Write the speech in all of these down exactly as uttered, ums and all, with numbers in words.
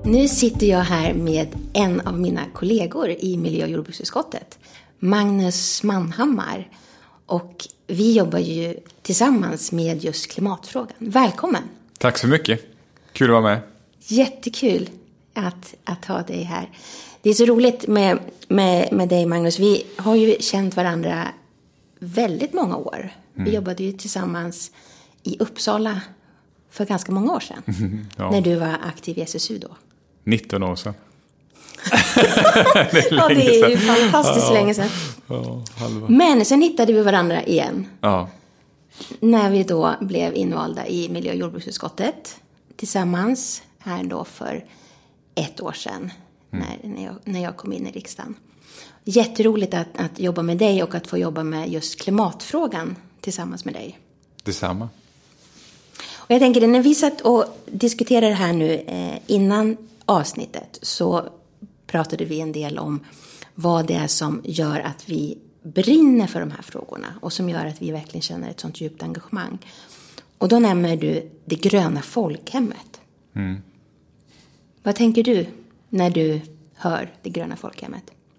Nu sitter jag här med en av mina kollegor i miljö- och jordbruksutskottet, Magnus Manhammar. Och vi jobbar ju tillsammans med just klimatfrågan. Välkommen! Tack så mycket. Kul att vara med. Jättekul att, att ha dig här. Det är så roligt med, med, med dig, Magnus. Vi har ju känt varandra väldigt många år. Mm. Vi jobbade ju tillsammans i Uppsala för ganska många år sedan. Ja. När du var aktiv i S S U då. nitton år sedan. det är, ja, det är ju fantastiskt ja. länge sedan. Ja, Men sen hittade vi varandra igen. Ja. När vi då blev invalda i miljö- och jordbruksutskottet tillsammans här då för ett år sedan. Mm. När, när, jag, när jag kom in i riksdagen. Jätteroligt att, att jobba med dig och att få jobba med just klimatfrågan tillsammans med dig. Detsamma. Och jag tänker, när vi satt och diskuterade det här nu eh, innan avsnittet så pratade vi en del om vad det är som gör att vi brinner för de här frågorna och som gör att vi verkligen känner ett sånt djupt engagemang. Och då nämner du det gröna folkhemmet. Mm. Vad tänker du när du hör det gröna folkhemmet?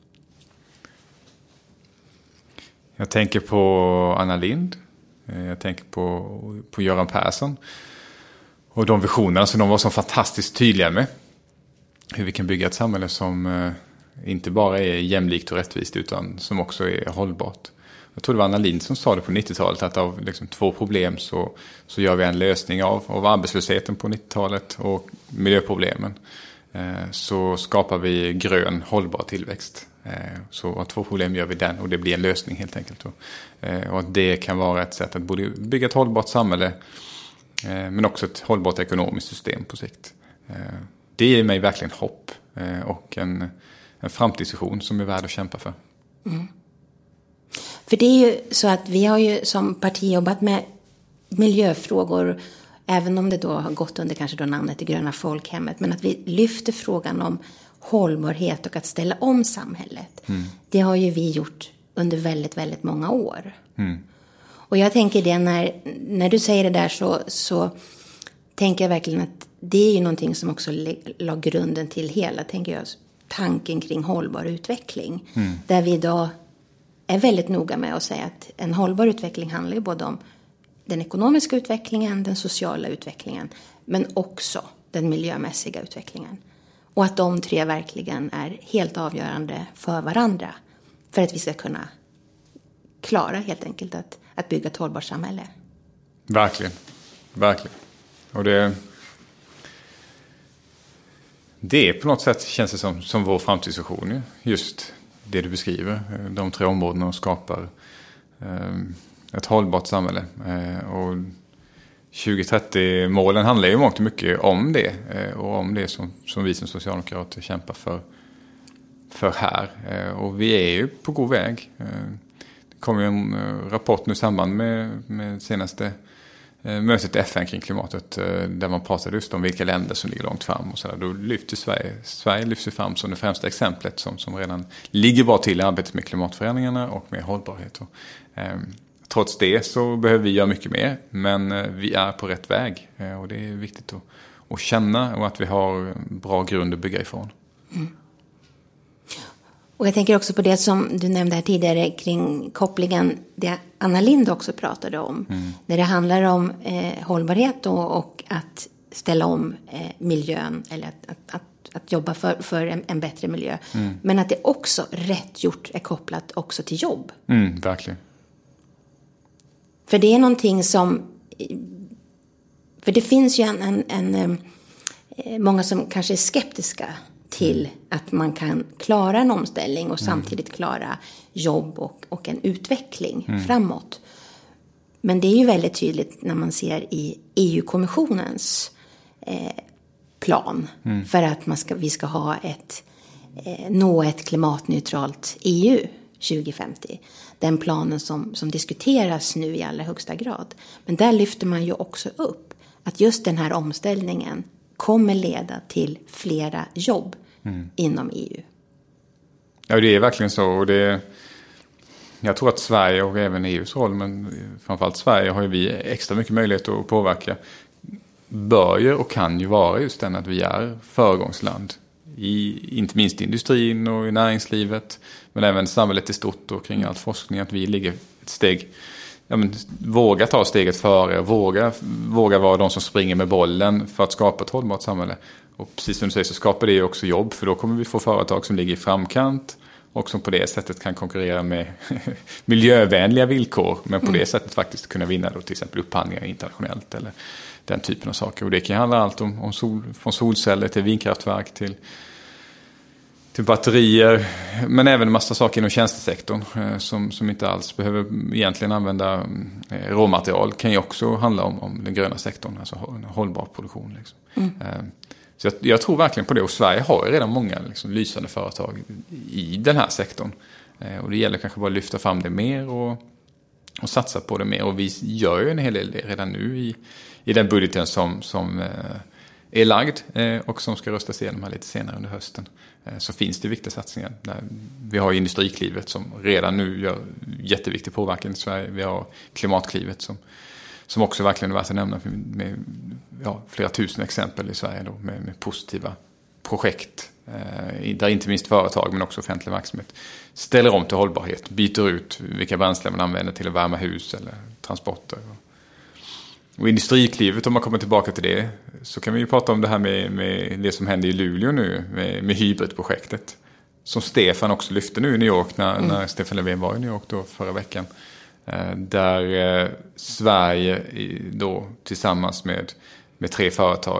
Jag tänker på Anna Lindh. Jag tänker på, på Göran Persson. Och de visionerna som de var så fantastiskt tydliga med. Hur vi kan bygga ett samhälle som eh, inte bara är jämlikt och rättvist utan som också är hållbart. Jag tror det var Anna Lindh som sa det på nittiotalet att av liksom, två problem så, så gör vi en lösning av, av arbetslösheten på nittiotalet och miljöproblemen. Eh, så skapar vi grön hållbar tillväxt. Eh, så av två problem gör vi den och det blir en lösning helt enkelt. Eh, och att det kan vara ett sätt att både bygga ett hållbart samhälle eh, men också ett hållbart ekonomiskt system på sikt. Eh, Det ger mig verkligen hopp och en, en framtidsvision som är värd att kämpa för. Mm. För det är ju så att vi har ju som parti jobbat med miljöfrågor, även om det då har gått under kanske då namnet det gröna folkhemmet, men att vi lyfter frågan om hållbarhet och att ställa om samhället. Mm. Det har ju vi gjort under väldigt, väldigt många år. Mm. Och jag tänker det när, när du säger det där så... så tänker jag verkligen att det är ju någonting som också la grunden till hela, tänker jag, tanken kring hållbar utveckling. Mm. Där vi idag är väldigt noga med att säga att en hållbar utveckling handlar ju både om den ekonomiska utvecklingen, den sociala utvecklingen, men också den miljömässiga utvecklingen. Och att de tre verkligen är helt avgörande för varandra för att vi ska kunna klara helt enkelt att, att bygga ett hållbart samhälle. Verkligen, verkligen. Och det, det är på något sätt känns det som, som vår framtidsvision. Just det du beskriver. De tre områdena och skapar eh, ett hållbart samhälle. Eh, och tjugo trettio-målen handlar ju mångt mycket om det. Eh, och om det som, som vi som socialdemokrater kämpar för, för här. Eh, och vi är ju på god väg. Eh, det kom ju en eh, rapport nu i samband med, med senaste mötet i F N kring klimatet där man pratade just om vilka länder som ligger långt fram och så där. Då lyfter Sverige, Sverige lyfter fram som det främsta exemplet som, som redan ligger bra till i arbetet med klimatförändringarna och med hållbarhet. Och, eh, trots det så behöver vi göra mycket mer, men eh, vi är på rätt väg eh, och det är viktigt att, att känna och att vi har bra grund att bygga ifrån. Mm. Och jag tänker också på det som du nämnde här tidigare kring kopplingen det Anna Lindh också pratade om. Mm. När det handlar om eh, hållbarhet och, och att ställa om eh, miljön eller att, att, att, att jobba för, för en, en bättre miljö. Mm. Men att det också rätt gjort är kopplat också till jobb. Mm, verkligen. För det är någonting som... För det finns ju en... en, en eh, många som kanske är skeptiska till att man kan klara en omställning och samtidigt klara jobb och, och en utveckling mm. framåt. Men det är ju väldigt tydligt när man ser i E U-kommissionens eh, plan mm. för att man ska, vi ska ha ett, eh, nå ett klimatneutralt E U tjugo femtio. Den planen som, som diskuteras nu i allra högsta grad. Men där lyfter man ju också upp att just den här omställningen kommer leda till flera jobb mm. inom E U. Ja, det är verkligen så. Och det, jag tror att Sverige och även E U:s roll, men framförallt Sverige har ju vi extra mycket möjlighet att påverka bör ju och kan ju vara just den att vi är föregångsland. I, inte minst i industrin och i näringslivet, men även samhället i stort och kring all forskning, att vi ligger ett steg, ja, men, våga ta steget före, våga, våga vara de som springer med bollen för att skapa ett hållbart samhälle. Och precis som du säger så skapar det också jobb, för då kommer vi få företag som ligger i framkant och som på det sättet kan konkurrera med miljövänliga villkor, men på mm. det sättet faktiskt kunna vinna då till exempel upphandlingar internationellt eller den typen av saker. Och det kan handla allt om, om sol, från solceller till vindkraftverk till, till batterier, men även en massa saker inom tjänstesektorn eh, som, som inte alls behöver egentligen använda eh, råmaterial, kan ju också handla om, om den gröna sektorn, alltså hållbar produktion. Liksom. Mm. Eh, så jag, jag tror verkligen på det, och Sverige har ju redan många liksom, lysande företag i den här sektorn. Eh, och det gäller kanske bara att lyfta fram det mer och, och satsa på det mer. Och vi gör ju en hel del redan nu i i den budgeten som, som eh, är lagd eh, och som ska röstas igenom här lite senare under hösten. Eh, så finns det viktiga satsningar. Där vi har Industriklivet som redan nu gör jätteviktig påverkan i Sverige. Vi har Klimatklivet som, som också verkligen är värt att nämna med, med ja, flera tusen exempel i Sverige då, med, med positiva projekt. Eh, där inte minst företag men också offentlig verksamhet ställer om till hållbarhet, byter ut vilka bränslen man använder till att värma hus eller transporter. Och Industriklivet, om man kommer tillbaka till det, så kan vi ju prata om det här med, med det som händer i Luleå nu, med, med hybridprojektet. Som Stefan också lyfte nu i New York, när, mm. när Stefan Löfven var i New York då förra veckan. Eh, där eh, Sverige i, då tillsammans med, med tre företag,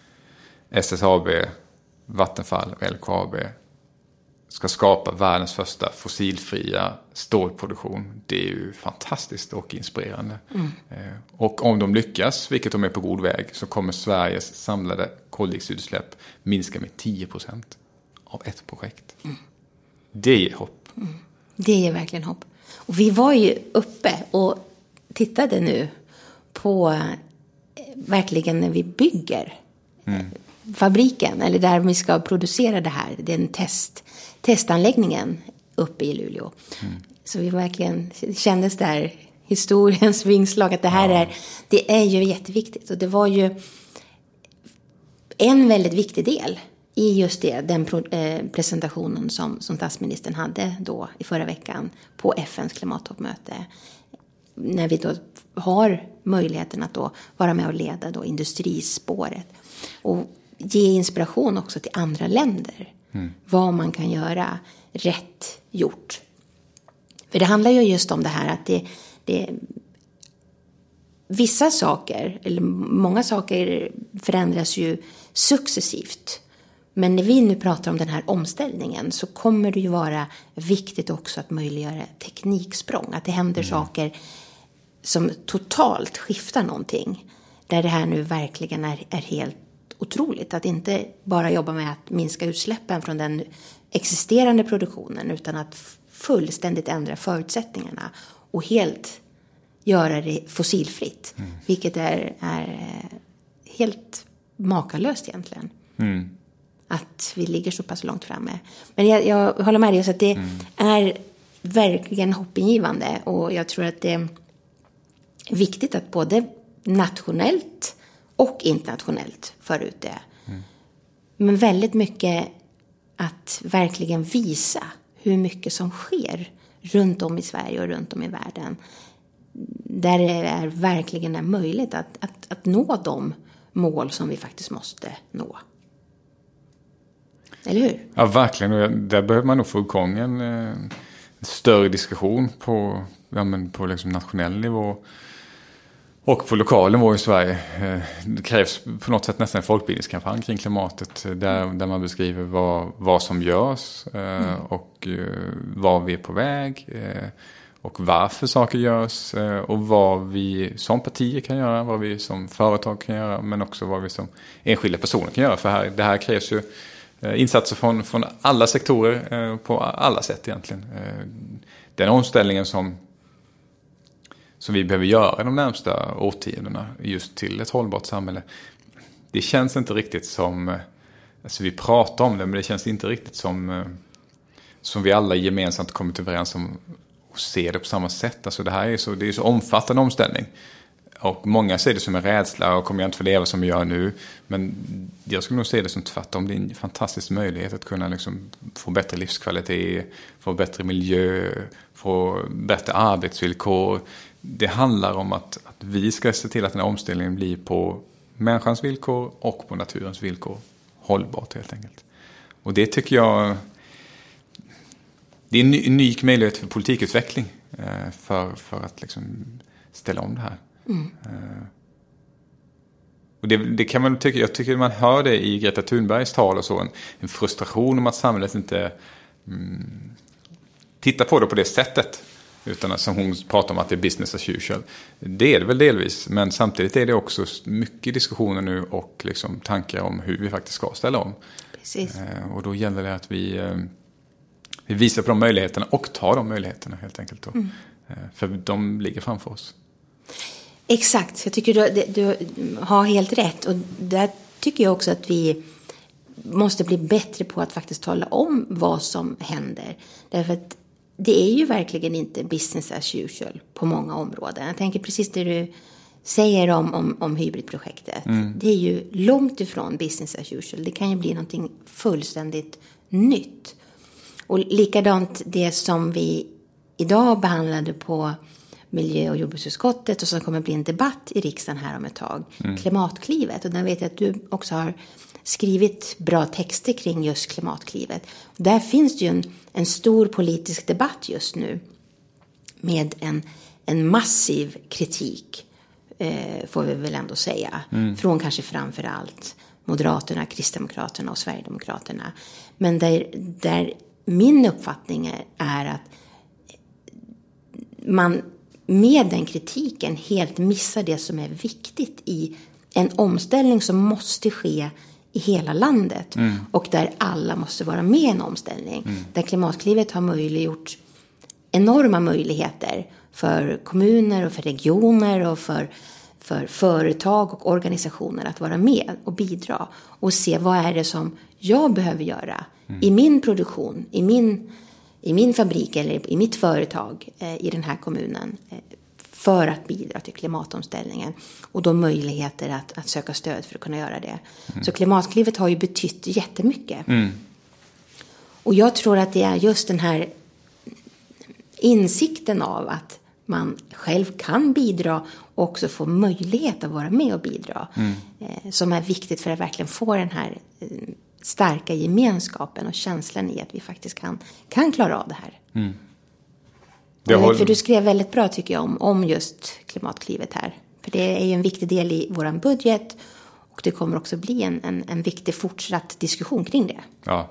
S S A B, Vattenfall och L K A B, ska skapa världens första fossilfria stålproduktion. Det är ju fantastiskt och inspirerande. Mm. Och om de lyckas, vilket de är på god väg, så kommer Sveriges samlade koldioxidutsläpp minska med tio procent av ett projekt. Mm. Det ger hopp. Mm. Det ger verkligen hopp. Och vi var ju uppe och tittade nu på verkligen när vi bygger mm. fabriken, eller där vi ska producera det här, den test, testanläggningen uppe i Luleå. Mm. Så vi verkligen kändes där historiens vingslag, att det här ja. är, det är ju jätteviktigt. Och det var ju en väldigt viktig del i just det, den pro, eh, presentationen som, som statsministern hade då i förra veckan på F N:s klimattoppmöte. När vi då har möjligheten att då vara med och leda då industrispåret. Och ge inspiration också till andra länder. Mm. Vad man kan göra rätt gjort. För det handlar ju just om det här att det, det vissa saker, eller många saker förändras ju successivt. Men när vi nu pratar om den här omställningen så kommer det ju vara viktigt också att möjliggöra tekniksprång. Att det händer mm. saker som totalt skiftar någonting. Där det här nu verkligen är, är helt otroligt. Att inte bara jobba med att minska utsläppen från den existerande produktionen, utan att fullständigt ändra förutsättningarna och helt göra det fossilfritt. Mm. Vilket är, är helt makalöst egentligen. Mm. Att vi ligger så pass långt framme. Men jag, jag håller med dig så att det mm. är verkligen hoppingivande. Och jag tror att det är viktigt att både nationellt och internationellt för ut det. Mm. Men väldigt mycket att verkligen visa hur mycket som sker runt om i Sverige och runt om i världen. Där det är verkligen är möjligt att, att, att nå de mål som vi faktiskt måste nå. Eller hur? Ja, verkligen. Där behöver man nog få igång en, en större diskussion på, ja, men på liksom nationell nivå. Och på lokal nivå i Sverige. Det krävs på något sätt nästan en folkbildningskampanj kring klimatet. Där, där man beskriver vad, vad som görs mm. och var vi är på väg. Och varför saker görs. Och vad vi som partier kan göra. Vad vi som företag kan göra. Men också vad vi som enskilda personer kan göra. För här, det här krävs ju insatser från, från alla sektorer på alla sätt egentligen. Den omställningen som som vi behöver göra de närmsta årtiondena just till ett hållbart samhälle. Det känns inte riktigt som, alltså vi pratar om det, men det känns inte riktigt som som vi alla gemensamt kommit överens om och ser det på samma sätt. Alltså det här är så, det är så omfattande omställning. Och många ser det som en rädsla och kommer jag inte få leva som jag gör nu. Men jag skulle nog se det som tvärtom. Det är en fantastisk möjlighet att kunna liksom få bättre livskvalitet, få bättre miljö, få bättre arbetsvillkor. Det handlar om att, att vi ska se till att den här omställningen blir på människans villkor och på naturens villkor. Hållbart helt enkelt. Och det tycker jag, det är en unik möjlighet för politikutveckling för, för att liksom ställa om det här. Mm. Och det, det kan man tycka, jag tycker man hör det i Greta Thunbergs tal och så, en, en frustration om att samhället inte mm, tittar på det på det sättet, utan att, som hon pratar om att det är business as usual. Det är det väl delvis, men samtidigt är det också mycket diskussioner nu och liksom tankar om hur vi faktiskt ska ställa om. Precis. Och då gäller det att vi, vi visar på de möjligheterna och tar de möjligheterna helt enkelt då. Mm. För de ligger framför oss. Exakt, jag tycker du, du har helt rätt. Och där tycker jag också att vi måste bli bättre på att faktiskt tala om vad som händer. Därför att det är ju verkligen inte business as usual på många områden. Jag tänker precis det du säger om, om, om hybridprojektet. Mm. Det är ju långt ifrån business as usual. Det kan ju bli någonting fullständigt nytt. Och likadant det som vi idag behandlade på miljö- och jordbruksutskottet och som kommer bli en debatt i riksdagen här om ett tag. Mm. Klimatklivet. Och där vet jag att du också har skrivit bra texter kring just klimatklivet. Där finns det ju en, en stor politisk debatt just nu med en, en massiv kritik, eh, får vi väl ändå säga. Mm. Från kanske framför allt Moderaterna, Kristdemokraterna och Sverigedemokraterna. Men där, där min uppfattning är, är att man med den kritiken helt missar det som är viktigt i en omställning som måste ske i hela landet. Mm. Och där alla måste vara med i en omställning. Mm. Där klimatklivet har möjliggjort enorma möjligheter för kommuner och för regioner och för, för företag och organisationer att vara med och bidra. Och se vad är det som jag behöver göra mm. i min produktion, i min i min fabrik eller i mitt företag eh, i den här kommunen eh, för att bidra till klimatomställningen och då möjligheter att, att söka stöd för att kunna göra det. Mm. Så klimatklivet har ju betytt jättemycket. Mm. Och jag tror att det är just den här insikten av att man själv kan bidra och också få möjlighet att vara med och bidra mm. eh, som är viktigt för att verkligen få den här eh, starka gemenskapen och känslan i att vi faktiskt kan, kan klara av det här. Mm. Det håller... För du skrev väldigt bra tycker jag om, om just klimatklivet här. För det är ju en viktig del i våran budget och det kommer också bli en, en, en viktig fortsatt diskussion kring det. Ja,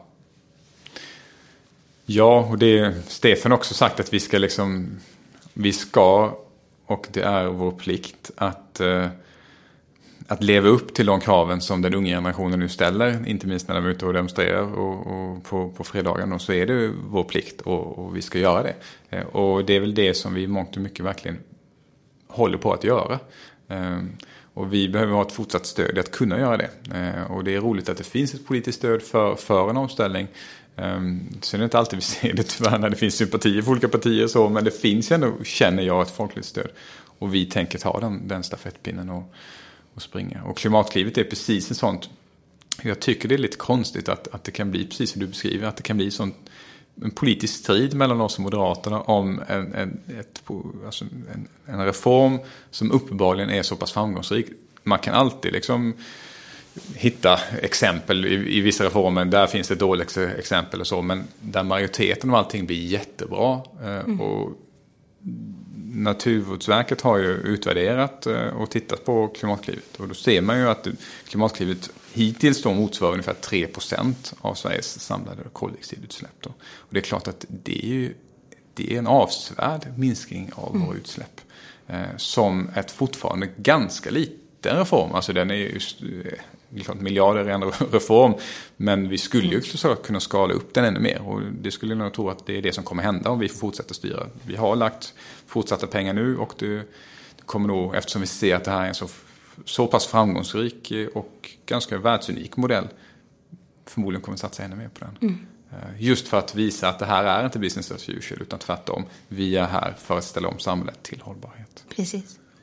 ja och det är Stefan också sagt att vi ska liksom, vi ska och det är vår plikt att eh, att leva upp till de kraven som den unga generationen nu ställer, inte minst när de är ute och demonstrerar och, och på, på fredagen, och så är det vår plikt och, och vi ska göra det. Eh, och det är väl det som vi mångt och mycket verkligen håller på att göra. Eh, och vi behöver ha ett fortsatt stöd att kunna göra det. Eh, och det är roligt att det finns ett politiskt stöd för, för en omställning. Eh, sen är det inte alltid vi ser det tyvärr när det finns sympatier för olika partier och så, men det finns ändå, känner jag, ett folkligt stöd. Och vi tänker ta den, den stafettpinnen och och springa. Och klimatklivet är precis en sånt. Jag tycker det är lite konstigt att, att det kan bli, precis som du beskriver, att det kan bli sånt, en politisk strid mellan oss och Moderaterna om en, en, ett, alltså en, en reform som uppenbarligen är så pass framgångsrik. Man kan alltid liksom hitta exempel i, i vissa reformer, där finns det dåliga exempel och så, men där majoriteten av allting blir jättebra. Mm. Och Naturvårdsverket har ju utvärderat och tittat på klimatklivet. Och då ser man ju att klimatklivet hittills då motsvarar ungefär tre procent av Sveriges samlade koldioxidutsläpp. Då. Och det är klart att det är, ju, det är en avsevärd minskning av mm. våra utsläpp. Eh, som ett fortfarande ganska liten reform. Alltså den är ju eh, miljarder i en reform. Men vi skulle ju också kunna skala upp den ännu mer. Och det skulle jag nog tro att det är det som kommer hända om vi får fortsätta styra. Vi har lagt fortsatta pengar nu och det, det kommer nog, eftersom vi ser att det här är en så, så pass framgångsrik och ganska världsunik modell, förmodligen kommer vi satsa ännu mer på den. Mm. Just för att visa att det här är inte business as usual utan tvärtom. Vi är här för att ställa om samhället till hållbarhet. Precis.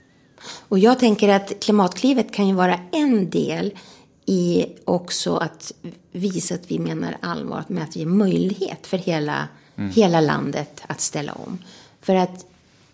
Och jag tänker att klimatklivet kan ju vara en del i också att visa att vi menar allvar med att ge möjlighet för hela, mm. hela landet att ställa om. För att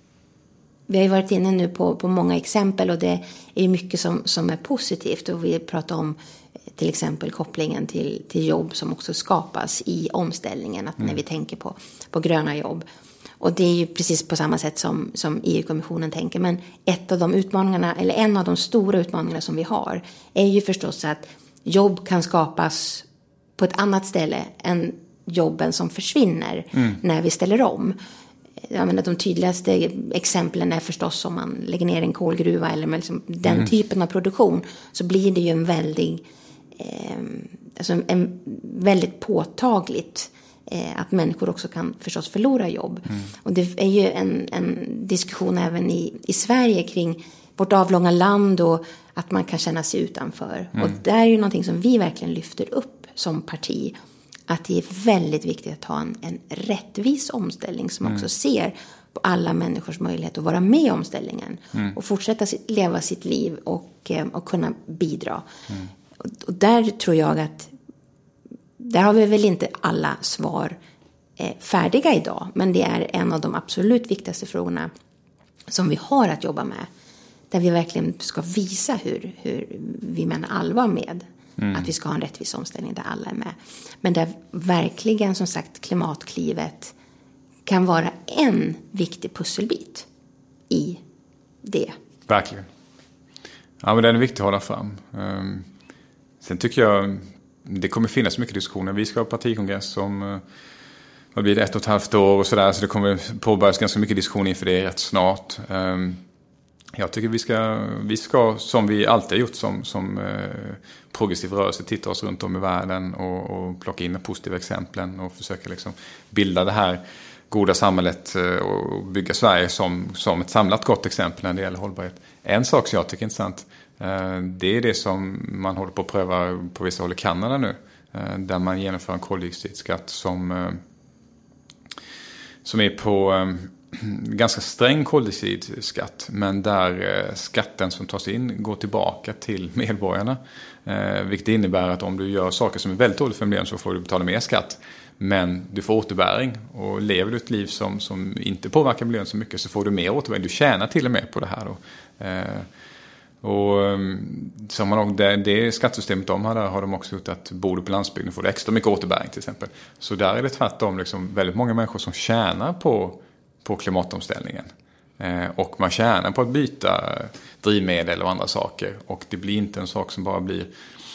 vi har ju varit inne nu på, på många exempel och det är mycket som, som är positivt. Och vi pratar om till exempel kopplingen till, till jobb som också skapas i omställningen. Att mm. när vi tänker på, på gröna jobb. Och det är ju precis på samma sätt som, som E U-kommissionen tänker. Men ett av de utmaningarna, eller en av de stora utmaningarna som vi har är ju förstås att jobb kan skapas på ett annat ställe än jobben som försvinner mm. när vi ställer om. Jag menar, de tydligaste exemplen är förstås om man lägger ner en kolgruva eller liksom den mm. typen av produktion, så blir det ju en väldigt, eh, alltså en väldigt påtagligt eh, att människor också kan förstås förlora jobb. Mm. Och det är ju en, en diskussion även i, i Sverige kring vårt avlånga land och att man kan känna sig utanför. Mm. Och det är ju någonting som vi verkligen lyfter upp som parti. Att det är väldigt viktigt att ha en, en rättvis omställning som mm. också ser på alla människors möjlighet att vara med i omställningen. Mm. Och fortsätta sitt, leva sitt liv och, och kunna bidra. Mm. Och, och där tror jag att där har vi väl inte alla svar eh, färdiga idag. Men det är en av de absolut viktigaste frågorna som vi har att jobba med. Där vi verkligen ska visa hur, hur vi menar allvar med mm. att vi ska ha en rättvis omställning där alla är med. Men där verkligen, som sagt, klimatklivet kan vara en viktig pusselbit i det. Verkligen. Ja, men den är viktig att hålla fram. Um, sen tycker jag det kommer finnas mycket diskussioner. Vi ska ha partikongress om uh, vad blir det, ett och ett halvt år och sådär. Så det kommer påbörjas ganska mycket diskussion inför det rätt snart. Um, Jag tycker vi ska, vi ska, som vi alltid har gjort som, som eh, progressiv rörelse, titta oss runt om i världen och, och plocka in de positiva exemplen och försöka liksom bilda det här goda samhället eh, och bygga Sverige som, som ett samlat gott exempel när det gäller hållbarhet. En sak som jag tycker är intressant, eh, det är det som man håller på att pröva på vissa håll i Kanada nu, eh, där man genomför en koldioxidskatt som, eh, som är på... Eh, ganska sträng koldioxidskatt, men där eh, skatten som tas in går tillbaka till medborgarna. Eh, vilket innebär att om du gör saker som är väldigt dåligt för miljön så får du betala mer skatt. Men du får återbäring, och lever du ett liv som, som inte påverkar miljön så mycket så får du mer återbäring. Du tjänar till och med på det här då. Eh, och som man, det, det skattesystemet de har där har de också gjort att bor du på landsbygden får du extra mycket återbäring till exempel. Så där är det tvärtom liksom väldigt många människor som tjänar på på klimatomställningen. Eh, och man tjänar på att byta drivmedel och andra saker. Och det blir inte en sak som bara blir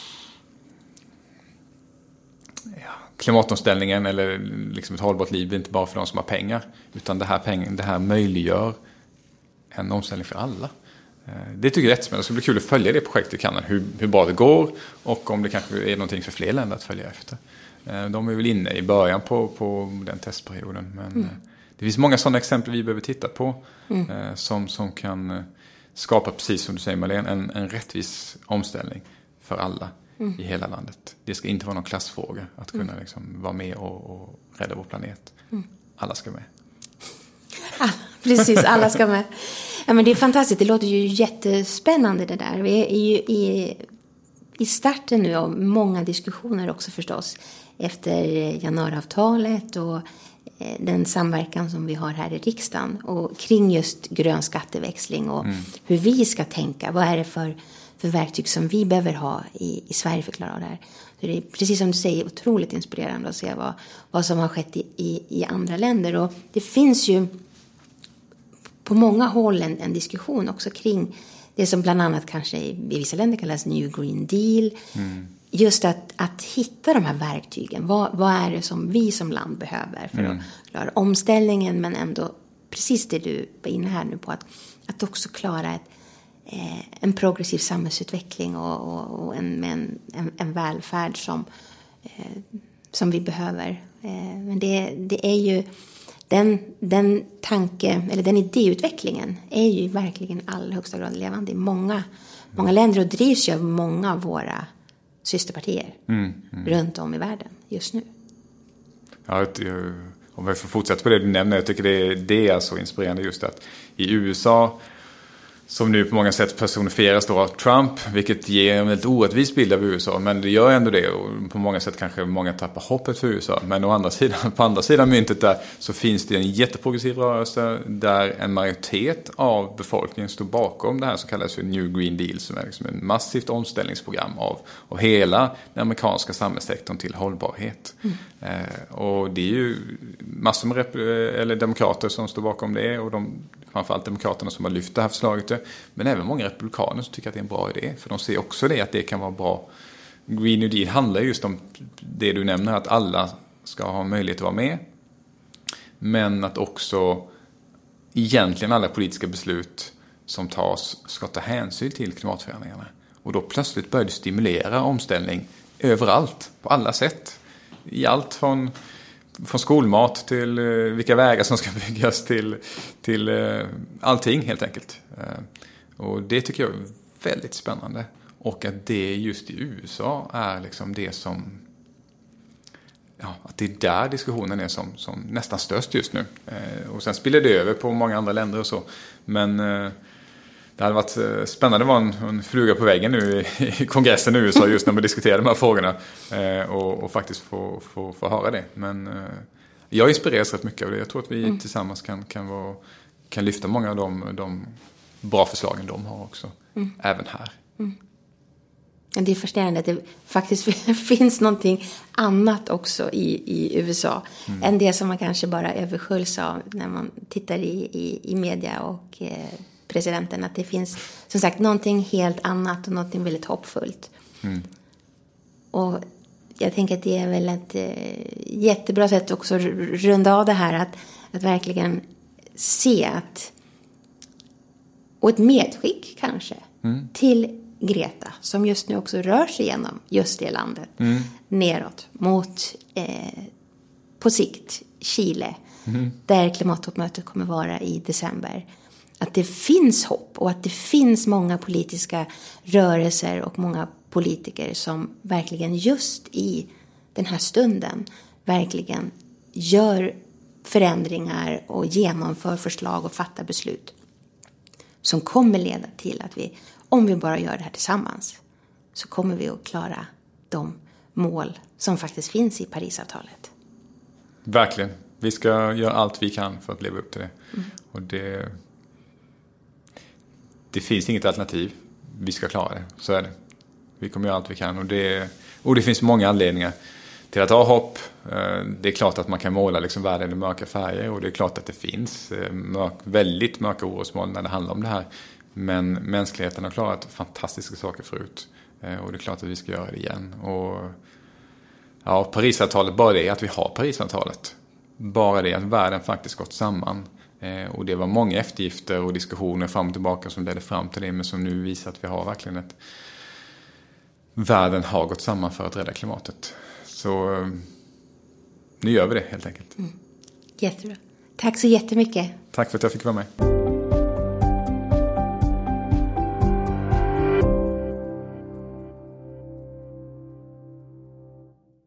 ja, klimatomställningen eller liksom ett hållbart liv blir inte bara för de som har pengar. Utan det här, peng- det här möjliggör en omställning för alla. Eh, det tycker jag är jättespännande. Det ska bli kul att följa det projektet i Kanada. Hur, hur bra det går och om det kanske är någonting för fler länder att följa efter. Eh, de är väl inne i början på, på den testperioden. Men mm. det finns många sådana exempel vi behöver titta på mm. eh, som, som kan eh, skapa, precis som du säger Marlene, en, en rättvis omställning för alla mm. i hela landet. Det ska inte vara någon klassfråga att kunna mm. liksom, vara med och, och rädda vår planet. Mm. Alla ska med. Alla, precis, alla ska med. Ja, men det är fantastiskt, det låter ju jättespännande det där. Vi är ju i, i starten nu av många diskussioner också förstås. Efter januariavtalet och den samverkan som vi har här i riksdagen och kring just grön skatteväxling och mm. hur vi ska tänka. Vad är det för, för verktyg som vi behöver ha i, i Sverige för att klara av det här. Så det är precis som du säger otroligt inspirerande att se vad, vad som har skett i, i, i andra länder. Och det finns ju på många håll en, en diskussion också kring det som bland annat kanske i vissa länder kallas New Green Deal. Mm. Just att, att hitta de här verktygen. Vad, vad är det som vi som land behöver för mm. att klara omställningen. Men ändå precis det du var inne här nu på. Att, att också klara ett, eh, en progressiv samhällsutveckling. Och, och, och en, en, en, en välfärd som, eh, som vi behöver. Eh, men det, det är ju den, den tanke, eller den idéutvecklingen är ju verkligen i allra högsta grad levande i många, många länder. Och drivs ju av många av våra systerpartier mm, mm. runt om i världen just nu. Ja, om vi får fortsätta på det du nämner, jag tycker det, det är så inspirerande just att i U S A som nu på många sätt personifieras då av Trump, vilket ger en väldigt orättvis bild av U S A, men det gör ändå det, och på många sätt kanske många tappar hoppet för U S A. Men å andra sidan, på andra sidan myntet där så finns det en jätteprogressiv rörelse där en majoritet av befolkningen står bakom det här som kallas för New Green Deal, som är liksom ett massivt omställningsprogram av, av hela den amerikanska samhällssektorn till hållbarhet. Mm. Eh, och det är ju massor med rep- eller demokrater som står bakom det, och de framförallt demokraterna som har lyft det här förslaget, men även många republikaner som tycker att det är en bra idé, för de ser också det, att det kan vara bra. Green New Deal handlar just om det du nämner, att alla ska ha möjlighet att vara med, men att också egentligen alla politiska beslut som tas ska ta hänsyn till klimatförändringarna. Och då plötsligt börjar det stimulera omställning överallt, på alla sätt. I allt från Från skolmat till uh, vilka vägar som ska byggas till, till uh, allting helt enkelt. Uh, och det tycker jag är väldigt spännande. Och att det just i U S A är liksom det som... Ja, att det är där diskussionen är som, som nästan störst just nu. Uh, och sen spiller det över på många andra länder och så. Men... Uh, Det hade varit spännande att vara en, en fluga på väggen nu i, i kongressen i U S A just när man diskuterar de här frågorna eh, och, och faktiskt få, få, få höra det. Men eh, jag inspireras rätt mycket av det. Jag tror att vi mm. tillsammans kan, kan, vara, kan lyfta många av de, de bra förslagen de har också, mm. även här. Mm. Det är fascinerande att det faktiskt finns någonting annat också i, i U S A mm. än det som man kanske bara översköljs av när man tittar i, i, i media och... Eh, presidenten, att det finns som sagt någonting helt annat och någonting väldigt hoppfullt. Mm. Och jag tänker att det är väl ett eh, jättebra sätt också att runda av det här, att, att verkligen se att, och ett medskick kanske mm. till Greta, som just nu också rör sig igenom just det landet mm. neråt mot eh, på sikt Chile mm. där klimattoppmötet kommer vara i december. Att det finns hopp och att det finns många politiska rörelser och många politiker som verkligen just i den här stunden verkligen gör förändringar och genomför förslag och fattar beslut som kommer leda till att vi, om vi bara gör det här tillsammans, så kommer vi att klara de mål som faktiskt finns i Parisavtalet. Verkligen. Vi ska göra allt vi kan för att leva upp till det. Mm. Och det... Det finns inget alternativ. Vi ska klara det. Så är det. Vi kommer göra allt vi kan. Och det, och det finns många anledningar till att ha hopp. Det är klart att man kan måla liksom världen i mörka färger. Och det är klart att det finns mörk, väldigt mörka orosmoln när det handlar om det här. Men mänskligheten har klarat fantastiska saker förut. Och det är klart att vi ska göra det igen. Och ja, Parisavtalet, bara det att vi har Parisavtalet. Bara det att världen faktiskt gått samman. Eh, och det var många eftergifter och diskussioner fram och tillbaka som ledde fram till det, men som nu visar att vi har verkligen ett... Världen har gått samman för att rädda klimatet. Så eh, nu gör vi det helt enkelt. Mm. Jättebra. Tack så jättemycket. Tack för att jag fick vara med.